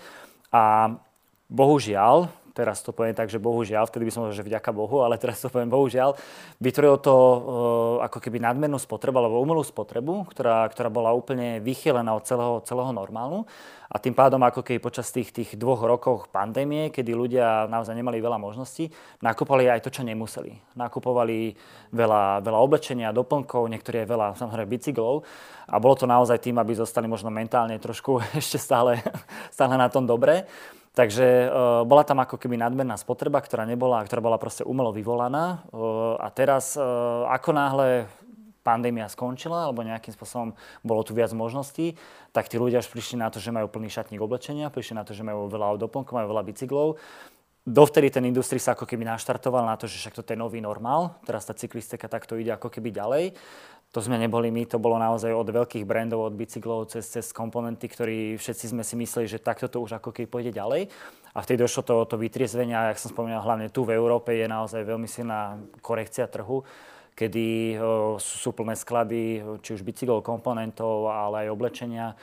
A bohužiaľ, teraz to poviem tak, že bohužiaľ, vtedy by som povedal, že vďaka Bohu, ale teraz to poviem bohužiaľ, vytvorilo to uh, ako keby nadmernú spotrebu alebo umelú spotrebu, ktorá, ktorá bola úplne vychýlená od celého, celého normálu. A tým pádom, ako keby počas tých, tých dvoch rokov pandémie, kedy ľudia naozaj nemali veľa možností, nakupovali aj to, čo nemuseli. Nakupovali veľa, veľa oblečenia, doplnkov, niektorí aj veľa, samozrejme, bicyklov. A bolo to naozaj tým, aby zostali možno mentálne trošku ešte stále, stále na tom dobre. Takže uh, bola tam ako keby nadmerná spotreba, ktorá nebola, ktorá bola proste umelo vyvolaná. Uh, a teraz, uh, ako náhle pandémia skončila, alebo nejakým spôsobom bolo tu viac možností, tak tí ľudia už prišli na to, že majú plný šatník oblečenia, prišli na to, že majú veľa doplnkov, majú veľa bicyklov. Dovtedy ten industrii sa ako keby naštartoval na to, že však toto je nový normál. Teraz tá cyklistika takto ide ako keby ďalej. To sme neboli my, to bolo naozaj od veľkých brandov, od bicyklov cez, cez komponenty, ktorí všetci sme si mysleli, že takto to už ako keby pôjde ďalej. A vtedy došlo to, to vytriezvenie, a jak som spomínal, hlavne tu v Európe je naozaj veľmi silná korekcia trhu, kedy o, sú plné sklady, či už bicyklov, komponentov, ale aj oblečenia.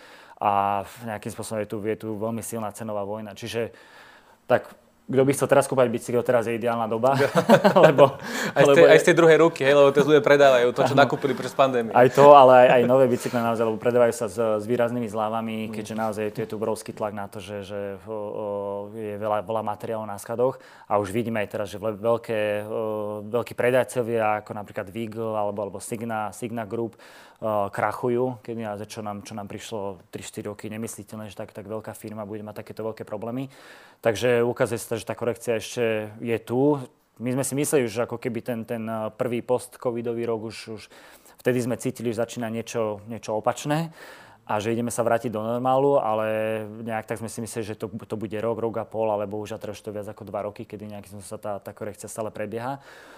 A nejakým spôsobom je tu, je tu veľmi silná cenová vojna. Čiže tak... Kto by chcel teraz kúpať bicykel, teraz je ideálna doba. lebo, aj, z tej, lebo aj z tej druhej ruky, hej, lebo tie ľudia predávajú to, čo áno, nakúpili počas pandémie. Aj to, ale aj, aj nové bicykle naozaj, lebo predávajú sa s, s výraznými zľavami, mm. keďže naozaj je tu obrovský tlak na to, že, že o, o, je veľa, veľa materiálov na skladoch. A už vidíme aj teraz, že veľké, o, veľkí predajcovia, ako napríklad Weagle alebo, alebo Signa, Signa Group, Uh, krachujú, keď naozaj, čo nám, čo nám prišlo tri štyri roky nemysliteľné, že tak, tak veľká firma bude mať takéto veľké problémy. Takže ukazuje sa, že tá korekcia ešte je tu. My sme si mysleli, že ako keby ten, ten prvý post-covidový rok už, už vtedy sme cítili, že začína niečo, niečo opačné a že ideme sa vrátiť do normálu, ale nejak tak sme si mysleli, že to, to bude rok, rok a pol, alebo už a teraz to viac ako dva roky, kedy nejakým sa tá, tá korekcia stále prebieha.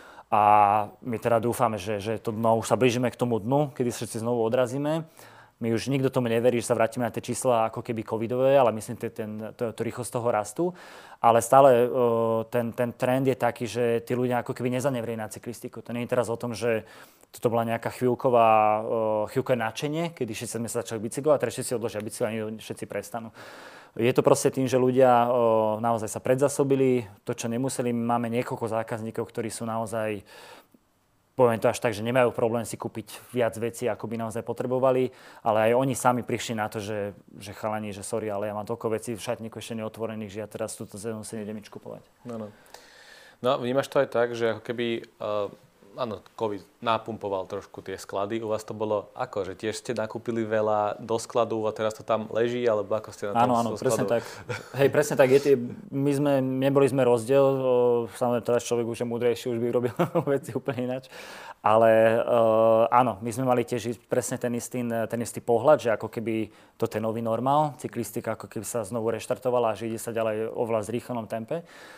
A my teda dúfame, že, že to dno, už sa blížime k tomu dnu, kedy sa všetci znovu odrazíme. My už nikto tomu neverí, že sa vrátime na tie čísla ako keby covidové, ale myslím, že ten, to, to rýchlosť toho rastu. Ale stále uh, ten, ten trend je taký, že tí ľudia ako keby nezanevreli na cyklistiku. To nie je teraz o tom, že toto bola nejaká chvíľková, uh, chvíľkové nadšenie, kedy všetci sme sa začali bicyklovať, teraz všetci odložia bicykle a všetci prestanú. Je to proste tým, že ľudia o, naozaj sa predzasobili, to, čo nemuseli. Máme niekoľko zákazníkov, ktorí sú naozaj, poviem to až tak, že nemajú problém si kúpiť viac vecí, ako by naozaj potrebovali, ale aj oni sami prišli na to, že, že chalani, že sorry, ale ja mám toľko vecí v šatníku ešte neotvorených, že ja teraz túto sezónu si nejdem nič kupovať. No, no. No, vnímaš to aj tak, že ako keby... Uh... Áno, COVID napumpoval trošku tie sklady. U vás to bolo ako? Že tiež ste nakúpili veľa do skladu a teraz to tam leží? Alebo ako ste na tom? Áno, áno, presne tak. Hej, presne tak. Je, my sme, neboli sme rozdiel. Samozrejme, teraz človek už je múdrejší, už by robil veci úplne ináč. Ale uh, áno, my sme mali tiež presne ten istý, ten istý pohľad, že ako keby toto je nový normál. Cyklistika ako keby sa znovu reštartovala a že ide sa ďalej oveľa zrýchlenom tempe.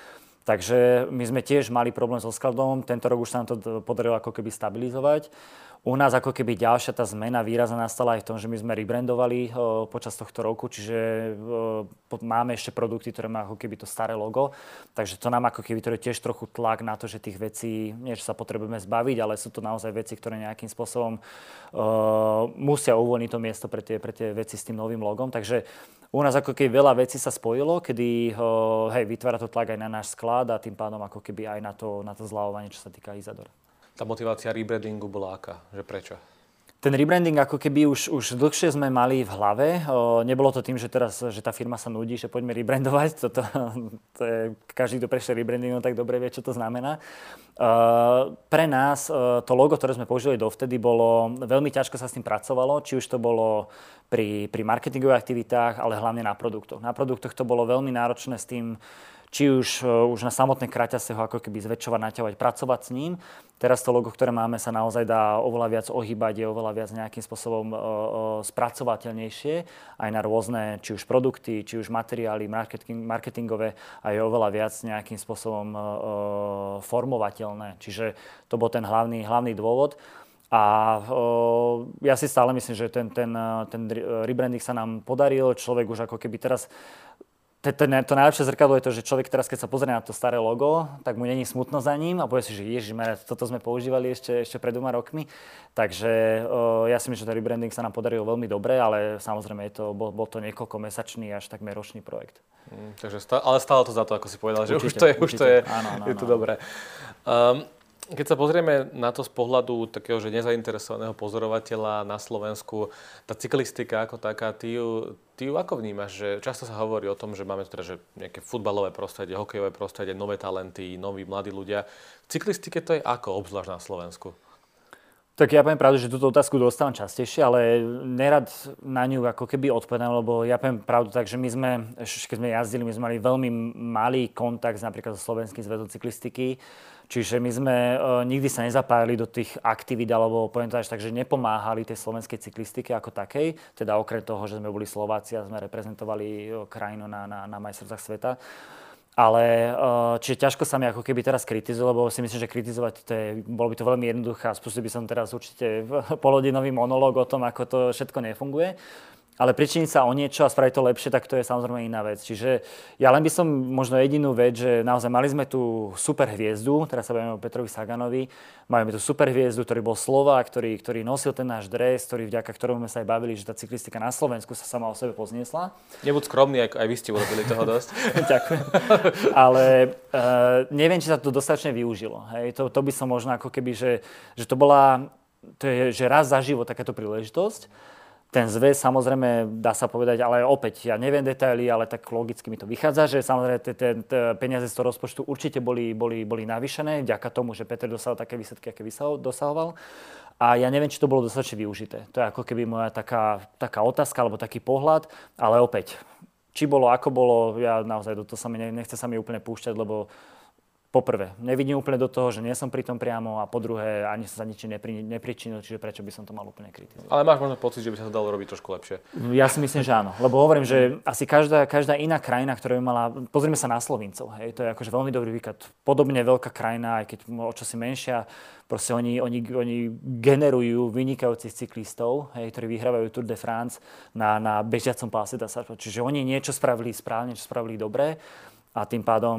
Takže my sme tiež mali problém so skladom, tento rok už sa nám to podarilo ako keby stabilizovať. U nás ako keby ďalšia tá zmena výrazná nastala aj v tom, že my sme rebrandovali o, počas tohto roku, čiže o, po, máme ešte produkty, ktoré má ako keby to staré logo, takže to nám ako keby to je tiež trochu tlak na to, že tých vecí, nie že sa potrebujeme zbaviť, ale sú to naozaj veci, ktoré nejakým spôsobom o, musia uvoľniť to miesto pre tie, pre tie veci s tým novým logom, takže u nás ako keby veľa vecí sa spojilo, kedy o, hej, vytvára to tlak aj na náš sklad a tým pádom ako keby aj na to, na to zľavovanie, čo sa týka Isadora. Tá motivácia rebrandingu bola aká? Že prečo? Ten rebranding ako keby už, už dlhšie sme mali v hlave. O, nebolo to tým, že teraz že tá firma sa nudí, že poďme rebrandovať. Toto, to je, každý, kto prešiel rebrandingom, tak dobre vie, čo to znamená. Uh, pre nás uh, to logo, ktoré sme použili dovtedy, bolo veľmi ťažko sa s tým pracovalo, či už to bolo pri, pri marketingových aktivitách, ale hlavne na produktoch. Na produktoch to bolo veľmi náročné s tým, či už, už na samotné kraťase ho ako keby zväčšovať, naťahovať, pracovať s ním. Teraz to logo, ktoré máme, sa naozaj dá oveľa viac ohýbať, je oveľa viac nejakým spôsobom uh, uh, spracovateľnejšie aj na rôzne, či už produkty, či už materiály marketing, marketingové a je oveľa viac nejakým spôsobom uh, formovateľné. Čiže to bol ten hlavný, hlavný dôvod. A uh, ja si stále myslím, že ten, ten, ten rebranding sa nám podaril. Človek už ako keby teraz To najlepšie zrkadlo je to, že človek teraz, keď sa pozrie na to staré logo, tak mu není smutno za ním a povie si, že ježišmarja, toto sme používali ešte, ešte pred dvoma rokmi. Takže uh, ja si myslím, že ten rebranding sa nám podaril veľmi dobre, ale samozrejme je to, bol, bol to niekoľkomesačný až takmer ročný projekt. Mm, takže stá, ale stálo to za to, ako si povedal, že určite, už to je, už to je, áno, áno, je to áno. Dobré. Um, Keď sa pozrieme na to z pohľadu takého, že nezainteresovaného pozorovateľa na Slovensku, tá cyklistika ako taká, ty ju, ty ju ako vnímaš? Že často sa hovorí o tom, že máme teda že nejaké futbalové prostredie, hokejové prostredie, nové talenty, noví mladí ľudia. V cyklistike to je ako, obzvlášť na Slovensku? Tak ja poviem pravdu, že túto otázku dostávam častejšie, ale nerad na ňu ako keby odpovedám, lebo ja poviem pravdu tak, že my sme, keď sme jazdili, my sme mali veľmi malý kontakt napríklad so Slovenským zväzom cyklistiky. Čiže my sme uh, nikdy sa nezapájali do tých aktivít, alebo poviem to až tak, že nepomáhali tej slovenskej cyklistike ako takej. Teda okrem toho, že sme boli Slováci a sme reprezentovali uh, krajinu na, na, na majstrovstvách sveta. Ale uh, čiže ťažko sa mi ako keby teraz kritizuje, lebo si myslím, že kritizovať to je, bolo by to veľmi jednoduché a spustil by som teraz určite polhodinový monológ o tom, ako to všetko nefunguje. Ale pričiniť sa o niečo a spraviť to lepšie, tak to je samozrejme iná vec. Čiže ja len by som možno jedinú vec, že naozaj mali sme tu super hviezdu, teraz sa bavíme o Petrovi Saganovi, máme tu super hviezdu, ktorý bol Slovák, ktorý, ktorý nosil ten náš dres, ktorý vďaka ktorému sme sa aj bavili, že tá cyklistika na Slovensku sa sama o sebe pozniesla. Nebuď skromný, aj vy ste urobili toho dosť. Ďakujem. Ale uh, neviem, či sa to dostatočne využilo. Hej. To, to by som možno ako keby, že, že to bola, to je, že raz za život takáto príležitosť. Ten zväz, samozrejme, dá sa povedať, ale opäť, ja neviem detaily, ale tak logicky mi to vychádza, že samozrejme tie peniaze z toho rozpočtu určite boli, boli, boli navýšené, vďaka tomu, že Peter dosahol také výsledky, aké dosahoval. A ja neviem, či to bolo dostatočne využité. To je ako keby moja taká, taká otázka, alebo taký pohľad, ale opäť, či bolo, ako bolo, ja naozaj do toho sa mi nechce sa mi úplne púšťať, lebo poprvé, nevidím úplne do toho, že nie som pri tom priamo a po druhé, ani sa za ničím nepri, nepričinil, čiže prečo by som to mal úplne kritizovať. Ale máš možno pocit, že by sa to dalo robiť trošku lepšie? Ja si myslím, že áno, lebo hovorím, že asi každá, každá iná krajina, ktorá by mala, pozrime sa na Slovincov, hej, to je akože veľmi dobrý výklad, podobne veľká krajina, aj keď o čosi menšia, proste oni, oni, oni generujú vynikajúcich cyklistov, hej, ktorí vyhrávajú Tour de France na, na bežiacom páse, dá sa, čiže oni niečo spravili správne, niečo spravili dobre. A tým pádom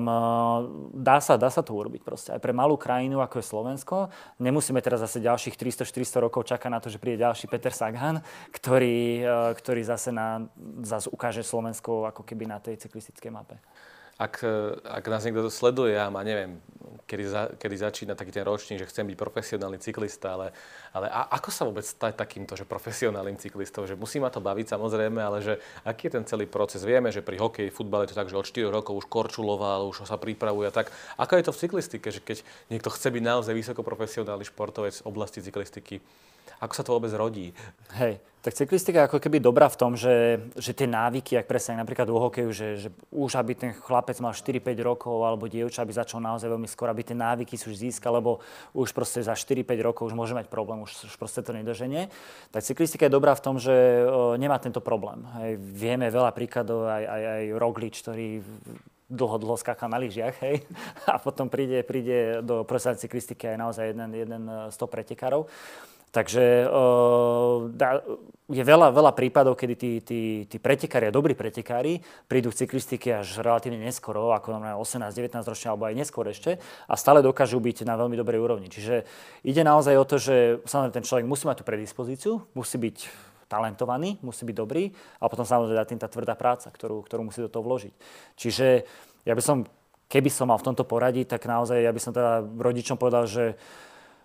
dá sa, dá sa to urobiť proste. Aj pre malú krajinu, ako je Slovensko, nemusíme teraz zase ďalších tristo štyristo rokov čakať na to, že príde ďalší Peter Sagan, ktorý, ktorý zase, na, zase ukáže Slovensko ako keby na tej cyklistickej mape. Ak, ak nás niekto sleduje a má, neviem, kedy, za, kedy začína taký ten ročník, že chcem byť profesionálny cyklista, ale, ale a, ako sa vôbec stať takýmto, že profesionálnym cyklistom? Že musí ma to baviť samozrejme, ale že aký je ten celý proces? Vieme, že pri hokeji, futbale je to tak, že od štyroch rokov už korčuloval, už sa pripravuje a tak. Ako je to v cyklistike, že keď niekto chce byť naozaj vysokoprofesionálny športovec v oblasti cyklistiky, ako sa to vôbec rodí? Hej, tak cyklistika je ako keby dobrá v tom, že, že tie návyky, ak presne napríklad u hokeju, že, že už aby ten chlapec mal štyri päť rokov alebo dievča, aby začal naozaj veľmi skoro, aby tie návyky si už získal, lebo už proste za štyri päť rokov už môže mať problém, už, už proste to nedoženie. Tak cyklistika je dobrá v tom, že o, nemá tento problém. Hej, vieme veľa príkladov, aj, aj, aj Roglič, ktorý dlho, dlho skáka na lyžiach, hej, a potom príde, príde do profesionálnej cyklistiky aj naozaj jeden, jeden z top pretekárov. Takže uh, je veľa, veľa prípadov, kedy tí, tí, tí pretekári a dobrí pretekári prídu k cyklistike až relatívne neskoro, ako na osemnásť devätnásť ročne alebo aj neskôr ešte, a stále dokážu byť na veľmi dobrej úrovni. Čiže ide naozaj o to, že samozrejme ten človek musí mať tú predispozíciu, musí byť talentovaný, musí byť dobrý a potom samozrejme tým tá tvrdá práca, ktorú, ktorú musí do toho vložiť. Čiže ja by som, keby som mal v tomto poradiť, tak naozaj ja by som teda rodičom povedal, že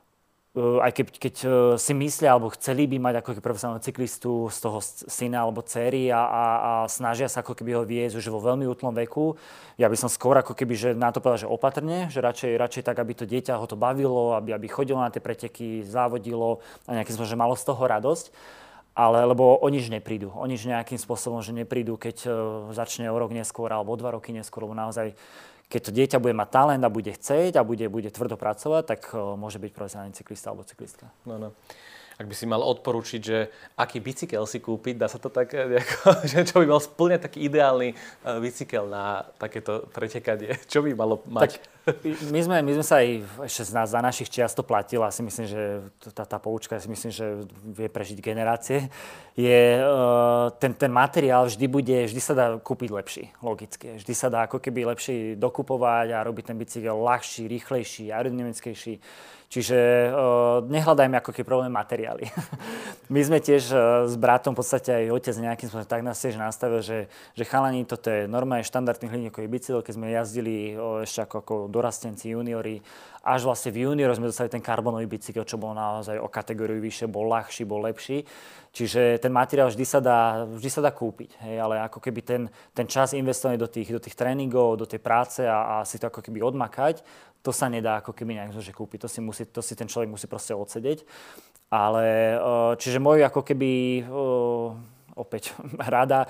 aj keď, keď si myslia alebo chceli by mať ako keby profesionálneho cyklistu z toho syna alebo dcery a, a, a snažia sa ako keby ho viesť už vo veľmi útlom veku, ja by som skôr ako keby že na to povedal, že opatrne, že radšej, radšej tak, aby to dieťa ho to bavilo, aby, aby chodilo na tie preteky, závodilo a nejakým spôsobom, že malo z toho radosť. Ale lebo o nič neprídu. O nič nejakým spôsobom, že neprídu, keď uh, začne o rok neskôr alebo o dva roky neskôr, lebo naozaj, keď to dieťa bude mať talent a bude chcieť a bude, bude tvrdo pracovať, tak uh, môže byť profesionálny cyklista alebo cyklistka. No, no. Ak by si mal odporučiť, že aký bicykel si kúpiť, dá sa to tak, nejako, že čo by mal splňať taký ideálny bicykel na takéto pretekanie? Čo by malo mať? Tak, my, sme, my sme sa aj ešte za, za našich čias to platilo. Asi myslím, že tá, tá poučka, si myslím, že vie prežiť generácie. Je, uh, ten, ten materiál vždy bude, vždy sa dá kúpiť lepší, logicky. Vždy sa dá ako keby lepšie dokupovať a robiť ten bicykel ľahší, rýchlejší, aerodynamickejší. Čiže uh, nehľadajme ako keby problém materiály. My sme tiež uh, s bratom, v podstate aj otec nejakým spôsobom tak nás tiež nastavil, že, že chalani, toto je normálne štandardný hliníkový bicykel, keď sme jazdili uh, ešte ako, ako dorastenci, juniori, až vlastne v junioroch sme dostali ten karbonový bicykel, čo bol naozaj o kategóriu vyššie, bol ľahší, bol lepší. Čiže ten materiál vždy sa dá, vždy sa dá kúpiť, hej, ale ako keby ten, ten čas investovaný do tých, do tých tréningov, do tej práce a, a si to ako keby odmakať, to sa nedá ako keby nejak že kúpiť, to si, musí, to si ten človek musí proste odsedeť. Ale čiže môj ako keby opäť rada,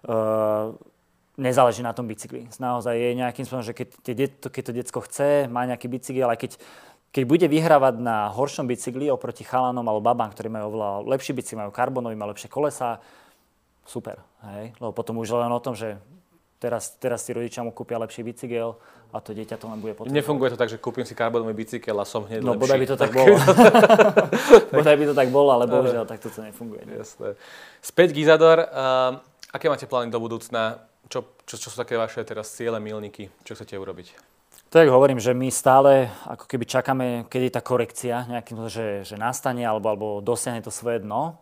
nezáleží na tom bicykli. Naozaj je nejakým spôsobom, že keď, keď to decko chce, má nejaký bicykel, ale keď Keď bude vyhrávať na horšom bicykli oproti chalanom alebo babám, ktorí majú oveľa lepší bicykel, majú karbonový, majú lepšie kolesá, super. Hej? Lebo potom už len o tom, že teraz, teraz si rodičia mu kúpia lepší bicykel a to dieťa to len bude potrebovať. Nefunguje to tak, že kúpim si karbonový bicykel a som hneď no, lepší. No bodaj by to tak bolo. bodaj by to tak bolo, ale bohužiaľ takto to nefunguje. Ne? Jasné. Späť k Isador. Uh, aké máte plány do budúcna? Čo, čo, čo sú také vaše teraz ciele, milníky? Čo chcete urobiť? Tak hovorím, že my stále ako keby čakáme, kedy tá korekcia nejakým, že, že nastane alebo, alebo dosiahne to svoje dno.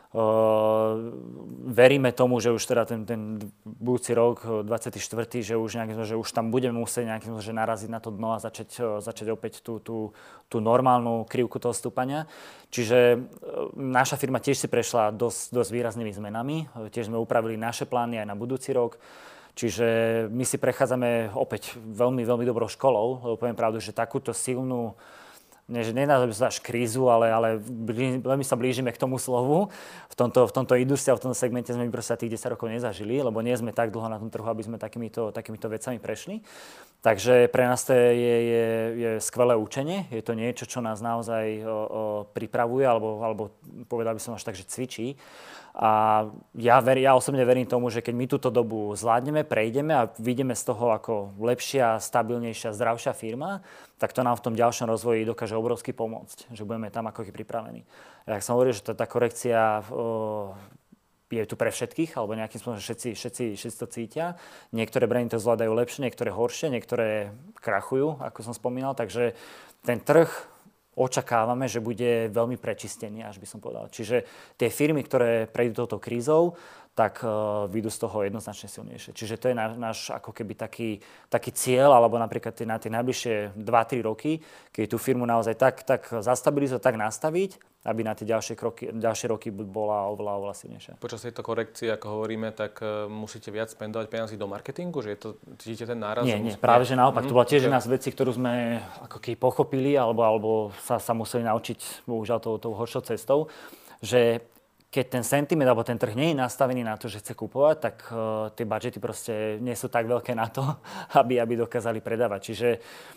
Uh, veríme tomu, že už teda ten, ten budúci rok, dvadsiaty štvrtý že už, nejakým, že už tam budeme musieť nejakým, že naraziť na to dno a začať, začať opäť tú, tú, tú normálnu krivku toho stúpania. Čiže uh, naša firma tiež si prešla dosť, dosť výraznými zmenami. Tiež sme upravili naše plány aj na budúci rok. Čiže my si prechádzame opäť veľmi, veľmi dobrou školou, lebo poviem pravdu, že takúto silnú, nie že nenazvem sa až krízu, ale, ale blí, veľmi sa blížime k tomu slovu. V tomto, v tomto industrii a v tomto segmente sme proste tých desať rokov nezažili, lebo nie sme tak dlho na tom trhu, aby sme takýmito, takýmito vecami prešli. Takže pre nás to je, je, je skvelé učenie, je to niečo, čo nás naozaj o, o, pripravuje, alebo, alebo povedal by som až tak, že cvičí. A ja, ver, ja osobne verím tomu, že keď my túto dobu zvládneme, prejdeme a vidíme z toho ako lepšia, stabilnejšia, zdravšia firma, tak to nám v tom ďalšom rozvoji dokáže obrovsky pomôcť, že budeme tam ako pripravení. Ja som hovoril, že tá, tá korekcia o, je tu pre všetkých, alebo nejakým spôsobom, že všetci, všetci, všetci to cítia. Niektoré brandy to zvládajú lepšie, niektoré horšie, niektoré krachujú, ako som spomínal, takže ten trh očakávame, že bude veľmi prečistený, až by som povedal. Čiže tie firmy, ktoré prejdú touto krízou, tak uh, vyjdú z toho jednoznačne silnejšie. Čiže to je náš, náš ako keby taký, taký cieľ, alebo napríklad tie, na tie najbližšie dva tri roky, keď tú firmu naozaj tak, tak zastabilizovať, tak nastaviť, aby na tie ďalšie, kroky, ďalšie roky bola oveľa, oveľa silnejšia. Počas tejto korekcie, ako hovoríme, tak uh, musíte viac spendovať peniazy do marketingu? Že je to, cítite ten náraz? Nie, nie, práve že naopak. Mm-hmm. To bola tiež jedna z vecí, ktorú sme ako keby pochopili, alebo, alebo sa, sa museli naučiť, bohužiaľ tou, tou horšou cestou, že keď ten sentiment alebo ten trh nie je nastavený na to, že chce kupovať, tak uh, tie budžety proste nie sú tak veľké na to, aby, aby dokázali predávať. Čiže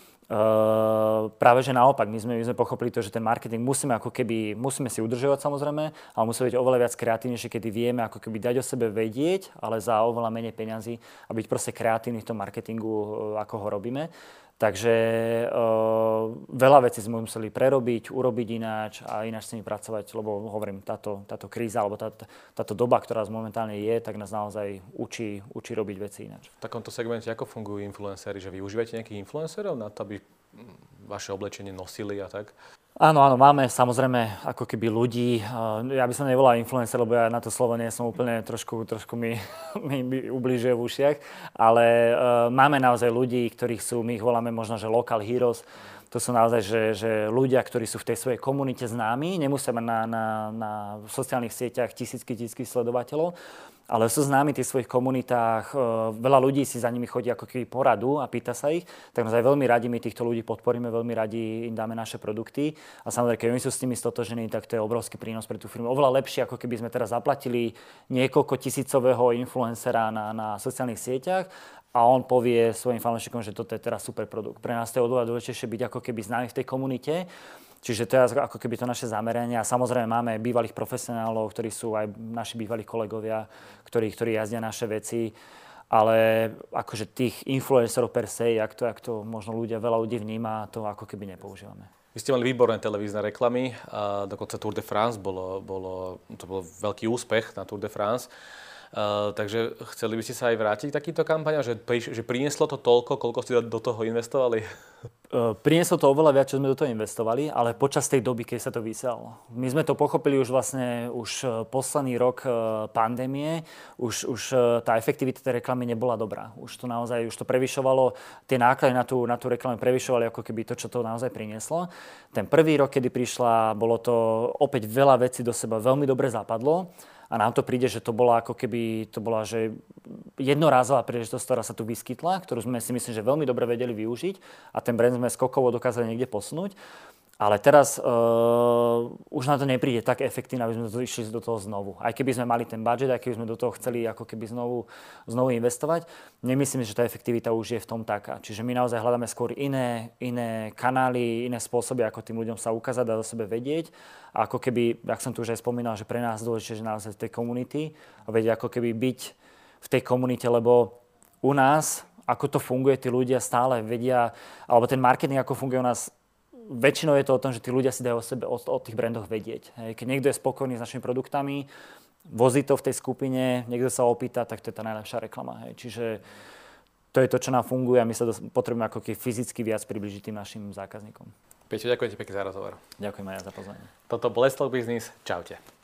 uh, práve že naopak, my sme, my sme pochopili to, že ten marketing musíme ako keby, musíme si udržovať samozrejme, ale musíme byť oveľa viac kreatívnejšie, kedy vieme ako keby dať o sebe vedieť, ale za oveľa menej peňazí a byť proste kreatívny v tom marketingu, uh, ako ho robíme. Takže uh, veľa vecí sme museli prerobiť, urobiť ináč a ináč s nimi pracovať, lebo hovorím, táto, táto kríza alebo tá, táto doba, ktorá momentálne je, tak nás naozaj učí, učí robiť veci ináč. V takomto segmente ako fungujú influenceri? Že využívate nejakých influencerov na to, aby vaše oblečenie nosili a tak? Áno, áno, máme samozrejme ako keby ľudí, ja by som nevolal influencer, lebo ja na to slovo nie som úplne, trošku, trošku mi, mi, mi ubližuje v ušiach, ale uh, máme naozaj ľudí, ktorých sú, my ich voláme možno, že local heroes, To sú naozaj, že, že ľudia, ktorí sú v tej svojej komunite známi, nemusia mať na, na, na sociálnych sieťach tisícky, tisícky sledovateľov, ale sú známi v tých svojich komunitách, veľa ľudí si za nimi chodí ako keby poradu a pýta sa ich, tak naozaj veľmi radi my týchto ľudí podporíme, veľmi radi im dáme naše produkty a samozrejme, keď oni sú s nimi stotožení, tak to je obrovský prínos pre tú firmu. Oveľa lepšie, ako keby sme teraz zaplatili niekoľko tisícového influencera na, na sociálnych sieťach a on povie svojim fanúšikom, že toto je teraz super produkt. Pre nás to je oveľa dôležitejšie byť ako keby známy v tej komunite. Čiže to je ako keby to naše zameranie a samozrejme máme bývalých profesionálov, ktorí sú aj naši bývalí kolegovia, ktorí, ktorí jazdia naše veci, ale akože tých influencerov per se, jak to, jak to možno ľudia, veľa ľudí vníma, to ako keby nepoužívame. Vy ste mali výborné televízne reklamy, a dokonca Tour de France, bolo, bolo, to bol veľký úspech na Tour de France. Uh, takže chceli by ste sa aj vrátiť k takýmto kampaniám, že, že prinieslo to toľko, koľko ste do toho investovali? Uh, prinieslo to oveľa viac, čo sme do toho investovali, ale počas tej doby, keď sa to vysielalo. My sme to pochopili už vlastne už posledný rok uh, pandémie, už, už uh, tá efektivita tej reklamy nebola dobrá. Už to naozaj, už to prevyšovalo, tie náklady na tú, na tú reklamu prevyšovali ako keby to, čo to naozaj prinieslo. Ten prvý rok, kedy prišla, bolo to opäť veľa vecí do seba veľmi dobre zapadlo. A nám to príde, že to bola ako keby, to bola, že jednorázová príležitosť, ktorá sa tu vyskytla, ktorú sme si myslím, že veľmi dobre vedeli využiť a ten brand sme skokovo dokázali niekde posunúť. Ale teraz uh, už na to nepríde tak efektívne, aby sme to išli do toho znovu. Aj keby sme mali ten budget, aj keby sme do toho chceli ako keby znovu, znovu investovať, nemyslím, že tá efektivita už je v tom taká. Čiže my naozaj hľadáme skôr iné, iné kanály, iné spôsoby, ako tým ľuďom sa ukázať a do sebe vedieť. A ako keby, jak som tu už aj spomínal, že pre nás dôležité, že naozaj v tej komunity a vedieť ako keby byť v tej komunite, lebo u nás, ako to funguje, tí ľudia stále vedia, alebo ten marketing, ako funguje u nás, väčšinou je to o tom, že tí ľudia si dajú o sebe, o, o tých brandoch vedieť. Hej. Keď niekto je spokojný s našimi produktami, vozí to v tej skupine, niekto sa opýta, tak to je tá najlepšia reklama. Hej. Čiže to je to, čo nám funguje a my sa dos- potrebujeme ako keď fyzicky viac približiť tým našim zákazníkom. Peťo, ďakujem ti pekne za rozhovor. Ďakujem aj ja za pozvanie. Toto bol Let's Talk Business. Čaute.